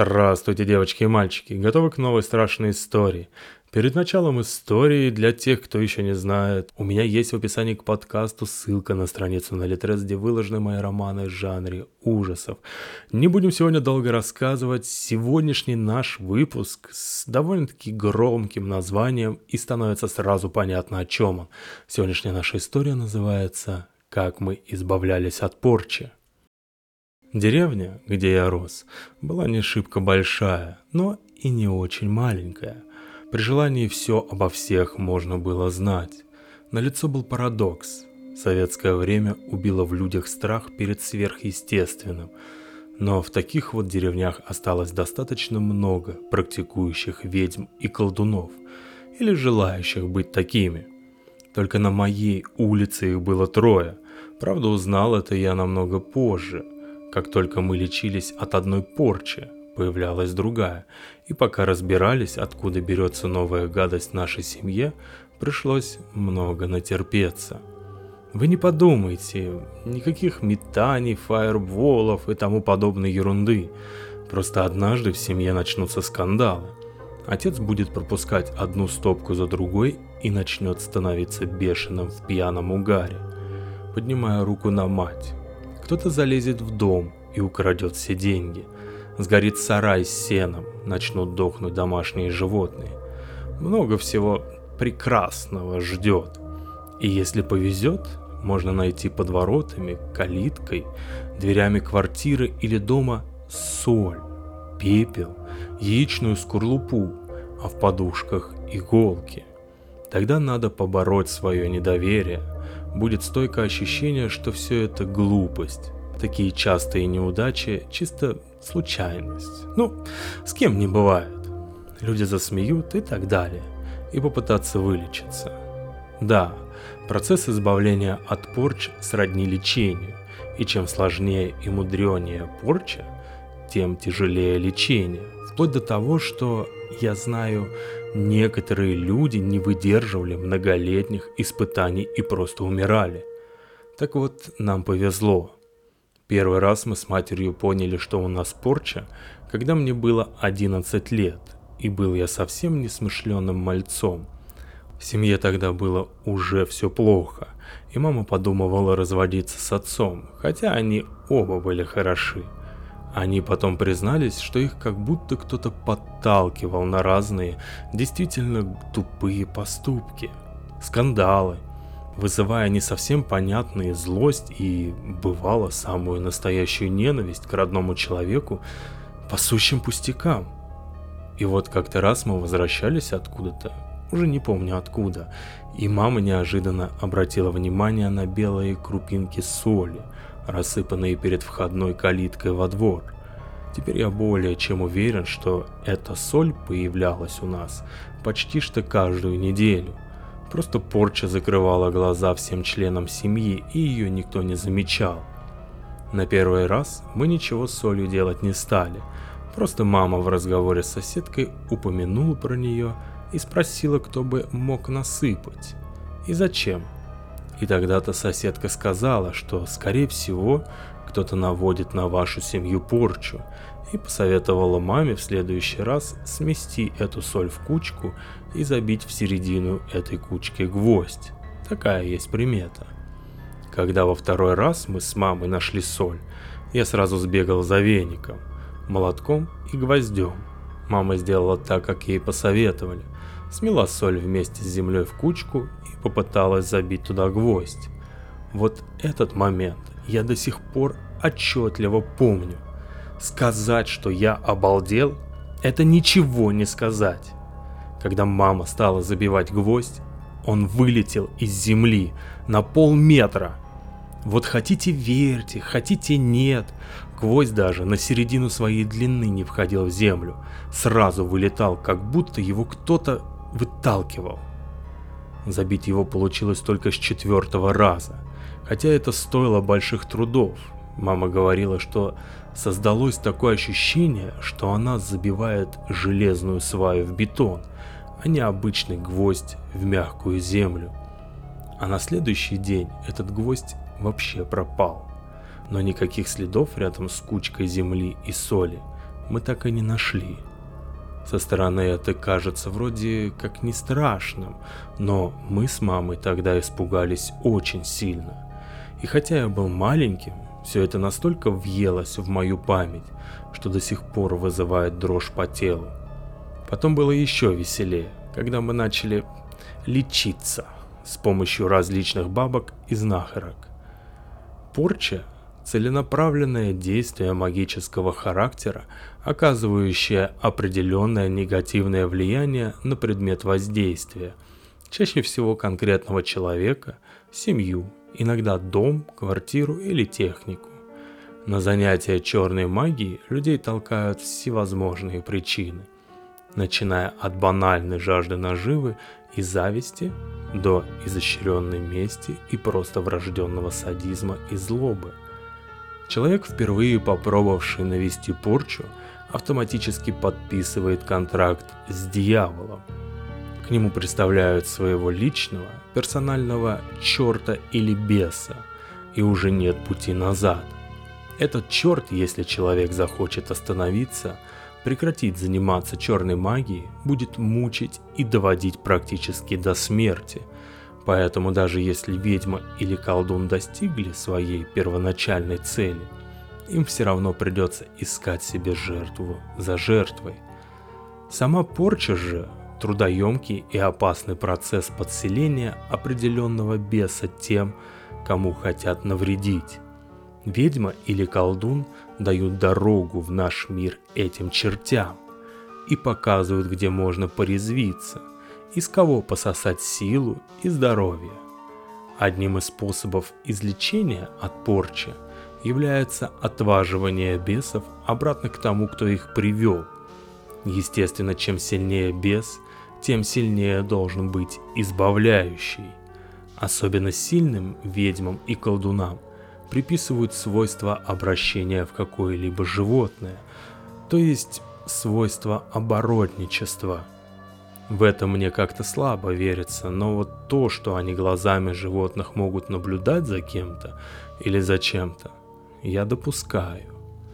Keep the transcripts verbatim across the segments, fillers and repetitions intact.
Здравствуйте, девочки и мальчики! Готовы к новой страшной истории? Перед началом истории, для тех, кто еще не знает, у меня есть в описании к подкасту ссылка на страницу на Литрес, где выложены мои романы в жанре ужасов. Не будем сегодня долго рассказывать. Сегодняшний наш выпуск с довольно-таки громким названием, и становится сразу понятно, о чем он. Сегодняшняя наша история называется «Как мы избавлялись от порчи». Деревня, где я рос, была не шибко большая, но и не очень маленькая. При желании все обо всех можно было знать. Налицо был парадокс. Советское время убило в людях страх перед сверхъестественным. Но в таких вот деревнях осталось достаточно много практикующих ведьм и колдунов, или желающих быть такими. Только на моей улице их было трое. Правда, узнал это я намного позже. Как только мы лечились от одной порчи, появлялась другая, и пока разбирались, откуда берется новая гадость в нашей семье, пришлось много натерпеться. Вы не подумайте, никаких метаний, фаерболов и тому подобной ерунды. Просто однажды в семье начнутся скандалы. Отец будет пропускать одну стопку за другой и начнет становиться бешеным в пьяном угаре, поднимая руку на мать. Кто-то залезет в дом и украдет все деньги. Сгорит сарай с сеном, начнут дохнуть домашние животные. Много всего прекрасного ждет. И если повезет, можно найти под воротами, калиткой, дверями квартиры или дома соль, пепел, яичную скорлупу, а в подушках иголки. Тогда надо побороть свое недоверие. Будет стойкое ощущение, что все это глупость. Такие частые неудачи – чисто случайность. Ну, с кем не бывает. Люди засмеют и так далее. И попытаться вылечиться. Да, процесс избавления от порч сродни лечению. И чем сложнее и мудренее порча, тем тяжелее лечение. Вплоть до того, что, я знаю, некоторые люди не выдерживали многолетних испытаний и просто умирали. Так вот, нам повезло. Первый раз мы с матерью поняли, что у нас порча, когда мне было одиннадцать лет, и был я совсем несмышленым мальцом. В семье тогда было уже все плохо, и мама подумывала разводиться с отцом, хотя они оба были хороши. Они потом признались, что их как будто кто-то подталкивал на разные, действительно тупые поступки, скандалы, вызывая не совсем понятную злость и, бывало, самую настоящую ненависть к родному человеку по сущим пустякам. И вот как-то раз мы возвращались откуда-то, уже не помню откуда, и мама неожиданно обратила внимание на белые крупинки соли, рассыпанные перед входной калиткой во двор. Теперь я более чем уверен, что эта соль появлялась у нас почти что каждую неделю. Просто порча закрывала глаза всем членам семьи, и ее никто не замечал. На первый раз мы ничего с солью делать не стали. Просто мама в разговоре с соседкой упомянула про нее и спросила, кто бы мог насыпать и зачем. И тогда-то соседка сказала, что, скорее всего, кто-то наводит на вашу семью порчу, и посоветовала маме в следующий раз смести эту соль в кучку и забить в середину этой кучки гвоздь. Такая есть примета. Когда во второй раз мы с мамой нашли соль, я сразу сбегал за веником, молотком и гвоздем. Мама сделала так, как ей посоветовали. Смела соль вместе с землей в кучку и попыталась забить туда гвоздь. Вот этот момент я до сих пор отчетливо помню. Сказать, что я обалдел, это ничего не сказать. Когда мама стала забивать гвоздь, он вылетел из земли на полметра. Вот хотите верьте, хотите нет, гвоздь даже на середину своей длины не входил в землю, сразу вылетал, как будто его кто-то выталкивал. Забить его получилось только с четвертого раза, хотя это стоило больших трудов. Мама говорила, что создалось такое ощущение, что она забивает железную сваю в бетон, а не обычный гвоздь в мягкую землю. А на следующий день этот гвоздь вообще пропал. Но никаких следов рядом с кучкой земли и соли мы так и не нашли. Со стороны это кажется вроде как не страшным, но мы с мамой тогда испугались очень сильно. И хотя я был маленьким, все это настолько въелось в мою память, что до сих пор вызывает дрожь по телу. Потом было еще веселее, когда мы начали лечиться с помощью различных бабок и знахарок. Порча – целенаправленное действие магического характера, оказывающее определенное негативное влияние на предмет воздействия, чаще всего конкретного человека, семью, иногда дом, квартиру или технику. На занятия черной магией людей толкают всевозможные причины, начиная от банальной жажды наживы и зависти до изощренной мести и просто врожденного садизма и злобы. Человек, впервые попробовавший навести порчу, автоматически подписывает контракт с дьяволом. К нему представляют своего личного, персонального черта или беса, и уже нет пути назад. Этот черт, если человек захочет остановиться, прекратить заниматься черной магией, будет мучить и доводить практически до смерти. Поэтому даже если ведьма или колдун достигли своей первоначальной цели, им все равно придется искать себе жертву за жертвой. Сама порча же – трудоемкий и опасный процесс подселения определенного беса тем, кому хотят навредить. Ведьма или колдун дают дорогу в наш мир этим чертям и показывают, где можно порезвиться, из кого пососать силу и здоровье. Одним из способов излечения от порчи является отваживание бесов обратно к тому, кто их привел. Естественно, чем сильнее бес, тем сильнее должен быть избавляющий. Особенно сильным ведьмам и колдунам приписывают свойства обращения в какое-либо животное, то есть свойства оборотничества. В это мне как-то слабо верится, но вот то, что они глазами животных могут наблюдать за кем-то или за чем-то, я допускаю.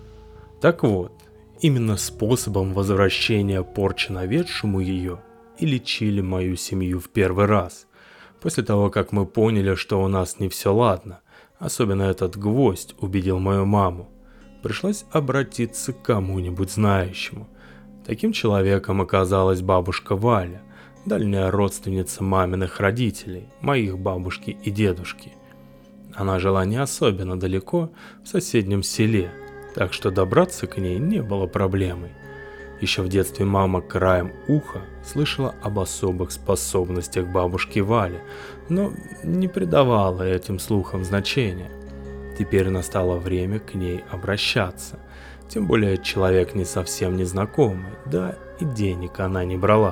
Так вот, именно способом возвращения порчи наведшему ее и лечили мою семью в первый раз, после того, как мы поняли, что у нас не все ладно. Особенно этот гвоздь убедил мою маму. Пришлось обратиться к кому-нибудь знающему. Таким человеком оказалась бабушка Валя, дальняя родственница маминых родителей, моих бабушки и дедушки. Она жила не особенно далеко, в соседнем селе, так что добраться к ней не было проблемой. Еще в детстве мама краем уха слышала об особых способностях бабушки Вали, но не придавала этим слухам значения. Теперь настало время к ней обращаться, тем более человек не совсем незнакомый, да и денег она не брала.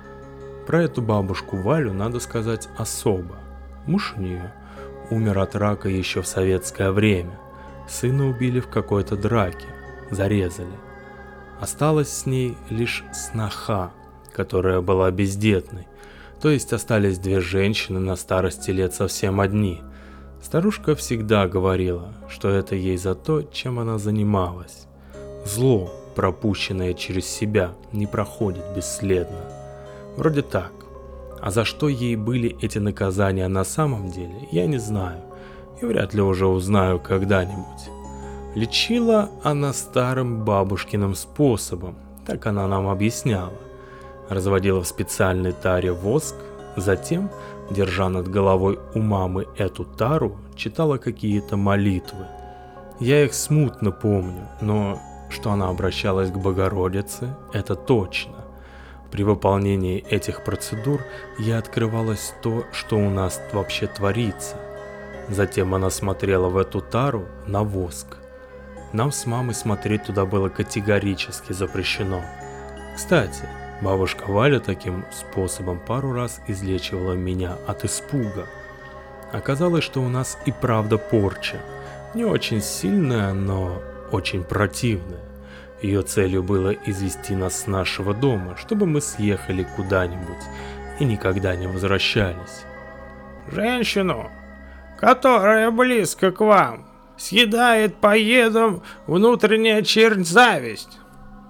Про эту бабушку Валю надо сказать особо. Муж у нее умер от рака еще в советское время, сына убили в какой-то драке, зарезали. Осталась с ней лишь сноха, которая была бездетной, то есть остались две женщины на старости лет совсем одни. Старушка всегда говорила, что это ей за то, чем она занималась. Зло, пропущенное через себя, не проходит бесследно. Вроде так. А за что ей были эти наказания на самом деле, я не знаю, и вряд ли уже узнаю когда-нибудь. Лечила она старым бабушкиным способом, так она нам объясняла. Разводила в специальной таре воск, затем, держа над головой у мамы эту тару, читала какие-то молитвы. Я их смутно помню, но что она обращалась к Богородице, это точно. При выполнении этих процедур ей открывалось то, что у нас вообще творится. Затем она смотрела в эту тару на воск. Нам с мамой смотреть туда было категорически запрещено. Кстати, бабушка Валя таким способом пару раз излечивала меня от испуга. Оказалось, что у нас и правда порча. Не очень сильная, но очень противная. Ее целью было извести нас с нашего дома, чтобы мы съехали куда-нибудь и никогда не возвращались. Женщину, которая близко к вам, съедает поедом внутренняя чернь зависть.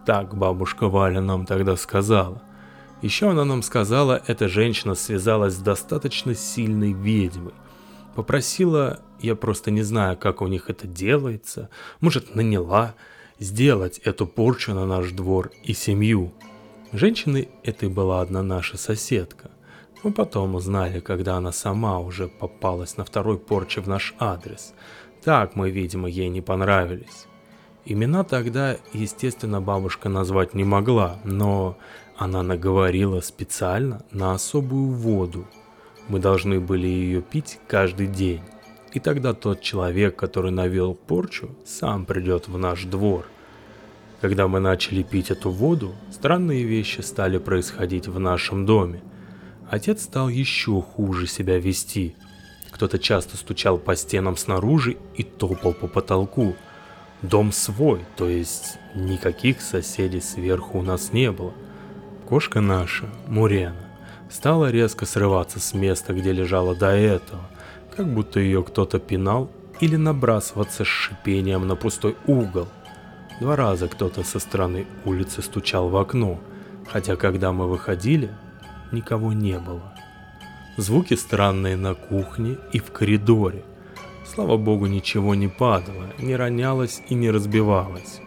Так бабушка Валя нам тогда сказала. Еще она нам сказала, эта женщина связалась с достаточно сильной ведьмой. Попросила, я просто не знаю, как у них это делается, может, наняла, сделать эту порчу на наш двор и семью. Женщиной этой была одна наша соседка. Мы потом узнали, когда она сама уже попалась на второй порче в наш адрес. Так мы, видимо, ей не понравились. Имена тогда, естественно, бабушка назвать не могла, но она наговорила специально на особую воду. Мы должны были ее пить каждый день. И тогда тот человек, который навел порчу, сам придет в наш двор. Когда мы начали пить эту воду, странные вещи стали происходить в нашем доме. Отец стал еще хуже себя вести. Кто-то часто стучал по стенам снаружи и топал по потолку. Дом свой, то есть никаких соседей сверху у нас не было. Кошка наша, Мурена, стала резко срываться с места, где лежала до этого, как будто ее кто-то пинал, или набрасываться с шипением на пустой угол. Два раза кто-то со стороны улицы стучал в окно, хотя когда мы выходили, никого не было. Звуки странные на кухне и в коридоре. Слава богу, ничего не падало, не ронялось и не разбивалось.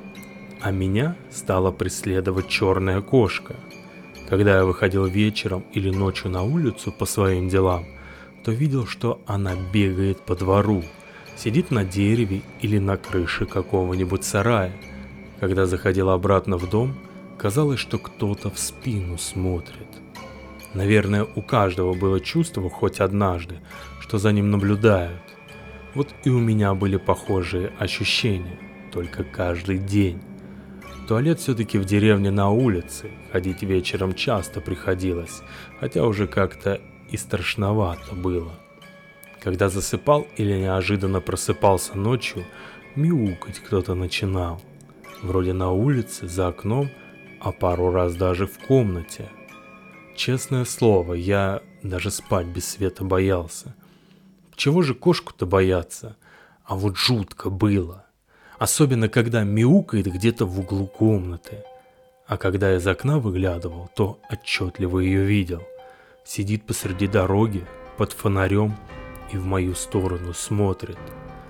А меня стала преследовать черная кошка. Когда я выходил вечером или ночью на улицу по своим делам, то видел, что она бегает по двору, сидит на дереве или на крыше какого-нибудь сарая. Когда заходил обратно в дом, казалось, что кто-то в спину смотрит. Наверное, у каждого было чувство хоть однажды, что за ним наблюдают. Вот и у меня были похожие ощущения, только каждый день. Туалет все-таки в деревне на улице, ходить вечером часто приходилось, хотя уже как-то и страшновато было. Когда засыпал или неожиданно просыпался ночью, мяукать кто-то начинал. Вроде на улице, за окном, а пару раз даже в комнате. Честное слово, я даже спать без света боялся. Чего же кошку-то бояться? А вот жутко было. Особенно, когда мяукает где-то в углу комнаты. А когда из окна выглядывал, то отчетливо ее видел. Сидит посреди дороги, под фонарем, и в мою сторону смотрит.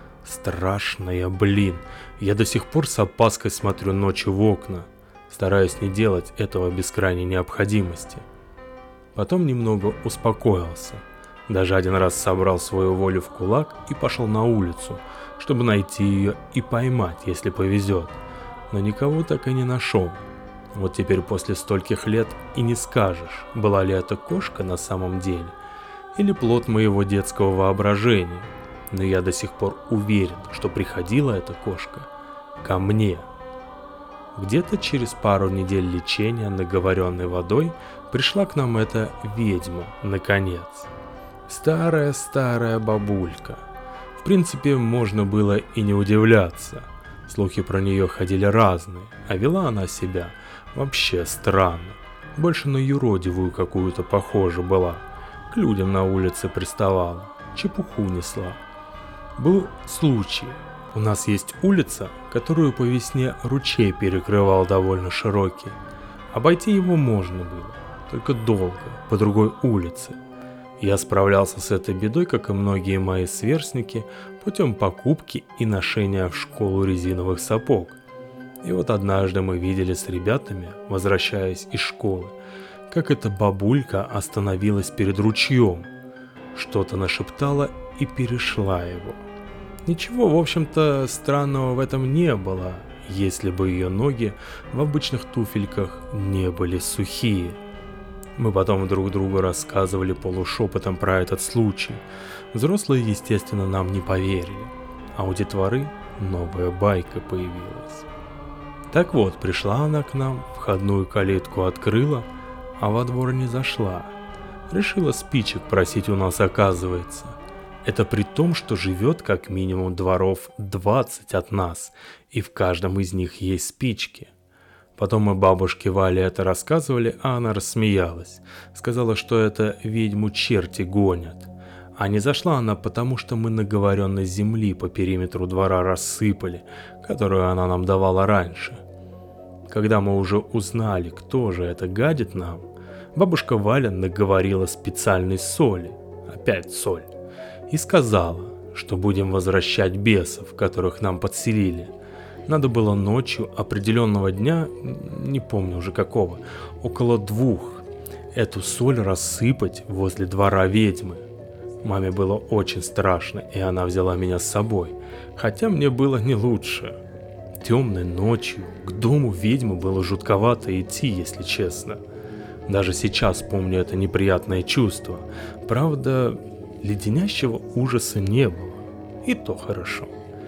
Страшная, блин. Я до сих пор с опаской смотрю ночью в окна, стараюсь не делать этого без крайней необходимости. Потом немного успокоился. Даже один раз собрал свою волю в кулак и пошел на улицу, чтобы найти ее и поймать, если повезет. Но никого так и не нашел. Вот теперь после стольких лет и не скажешь, была ли это кошка на самом деле, или плод моего детского воображения. Но я до сих пор уверен, что приходила эта кошка ко мне. Где-то через пару недель лечения наговоренной водой пришла к нам эта ведьма, наконец. Старая-старая бабулька. В принципе, можно было и не удивляться. Слухи про нее ходили разные, а вела она себя вообще странно. Больше на юродивую какую-то похожа была. К людям на улице приставала, чепуху несла. Был случай. У нас есть улица, которую по весне ручей перекрывал довольно широкий. Обойти его можно было, только долго, по другой улице. Я справлялся с этой бедой, как и многие мои сверстники, путем покупки и ношения в школу резиновых сапог. И вот однажды мы видели с ребятами, возвращаясь из школы, как эта бабулька остановилась перед ручьем, что-то нашептала и перешла его. Ничего, в общем-то, странного в этом не было, если бы ее ноги в обычных туфельках не были сухие. Мы потом друг другу рассказывали полушепотом про этот случай. Взрослые, естественно, нам не поверили, а у детворы новая байка появилась. Так вот, пришла она к нам, входную калитку открыла, а во двор не зашла. Решила спичек просить у нас, оказывается. Это при том, что живет как минимум дворов двадцать от нас, и в каждом из них есть спички. Потом мы бабушке Вале это рассказывали, а она рассмеялась. Сказала, что это ведьму черти гонят. А не зашла она потому, что мы наговоренной земли по периметру двора рассыпали, которую она нам давала раньше. Когда мы уже узнали, кто же это гадит нам, бабушка Валя наговорила специальной соли, опять соль, и сказала, что будем возвращать бесов, которых нам подселили. Надо было ночью определенного дня, не помню уже какого, около двух, эту соль рассыпать возле двора ведьмы. Маме было очень страшно, и она взяла меня с собой, хотя мне было не лучше. Темной ночью к дому ведьмы было жутковато идти, если честно. Даже сейчас помню это неприятное чувство. Правда, леденящего ужаса не было, и то хорошо.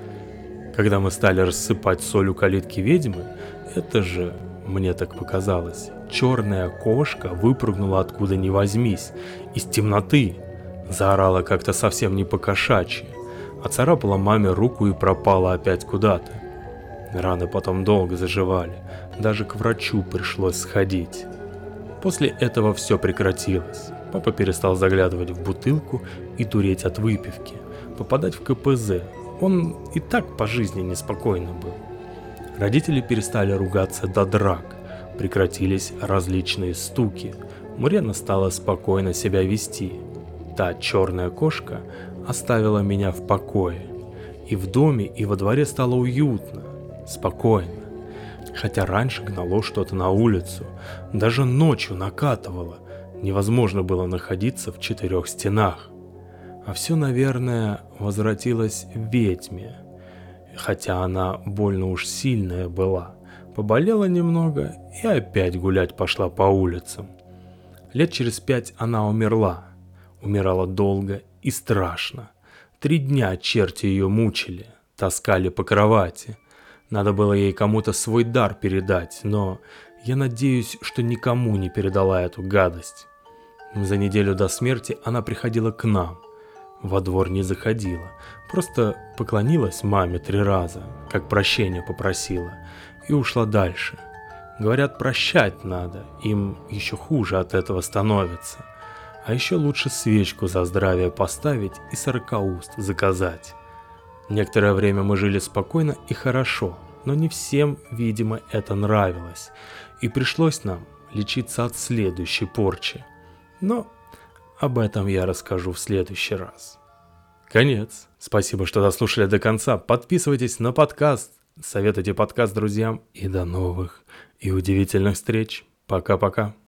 Когда мы стали рассыпать соль у калитки ведьмы, это же, мне так показалось, черная кошка выпрыгнула откуда ни возьмись, из темноты, заорала как-то совсем не по-кошачьи, оцарапала маме руку и пропала опять куда-то. Раны потом долго заживали, даже к врачу пришлось сходить. После этого все прекратилось. Папа перестал заглядывать в бутылку и дуреть от выпивки, попадать в ка пэ зэ. Он и так по жизни неспокойно был. Родители перестали ругаться до драк, прекратились различные стуки. Мурена стала спокойно себя вести. Та черная кошка оставила меня в покое. И в доме, и во дворе стало уютно, спокойно. Хотя раньше гнало что-то на улицу, даже ночью накатывало. Невозможно было находиться в четырех стенах. А все, наверное, возвратилось ведьме. Хотя она больно уж сильная была. Поболела немного и опять гулять пошла по улицам. Лет через пять она умерла. Умирала долго и страшно. Три дня черти ее мучили, таскали по кровати. Надо было ей кому-то свой дар передать, но я надеюсь, что никому не передала эту гадость. За неделю до смерти она приходила к нам. Во двор не заходила, просто поклонилась маме три раза, как прощения попросила, и ушла дальше. Говорят, прощать надо, им еще хуже от этого становится. А еще лучше свечку за здравие поставить и сорокауст заказать. Некоторое время мы жили спокойно и хорошо, но не всем, видимо, это нравилось, и пришлось нам лечиться от следующей порчи. Но об этом я расскажу в следующий раз. Конец. Спасибо, что дослушали до конца. Подписывайтесь на подкаст, советуйте подкаст друзьям и до новых и удивительных встреч. Пока-пока.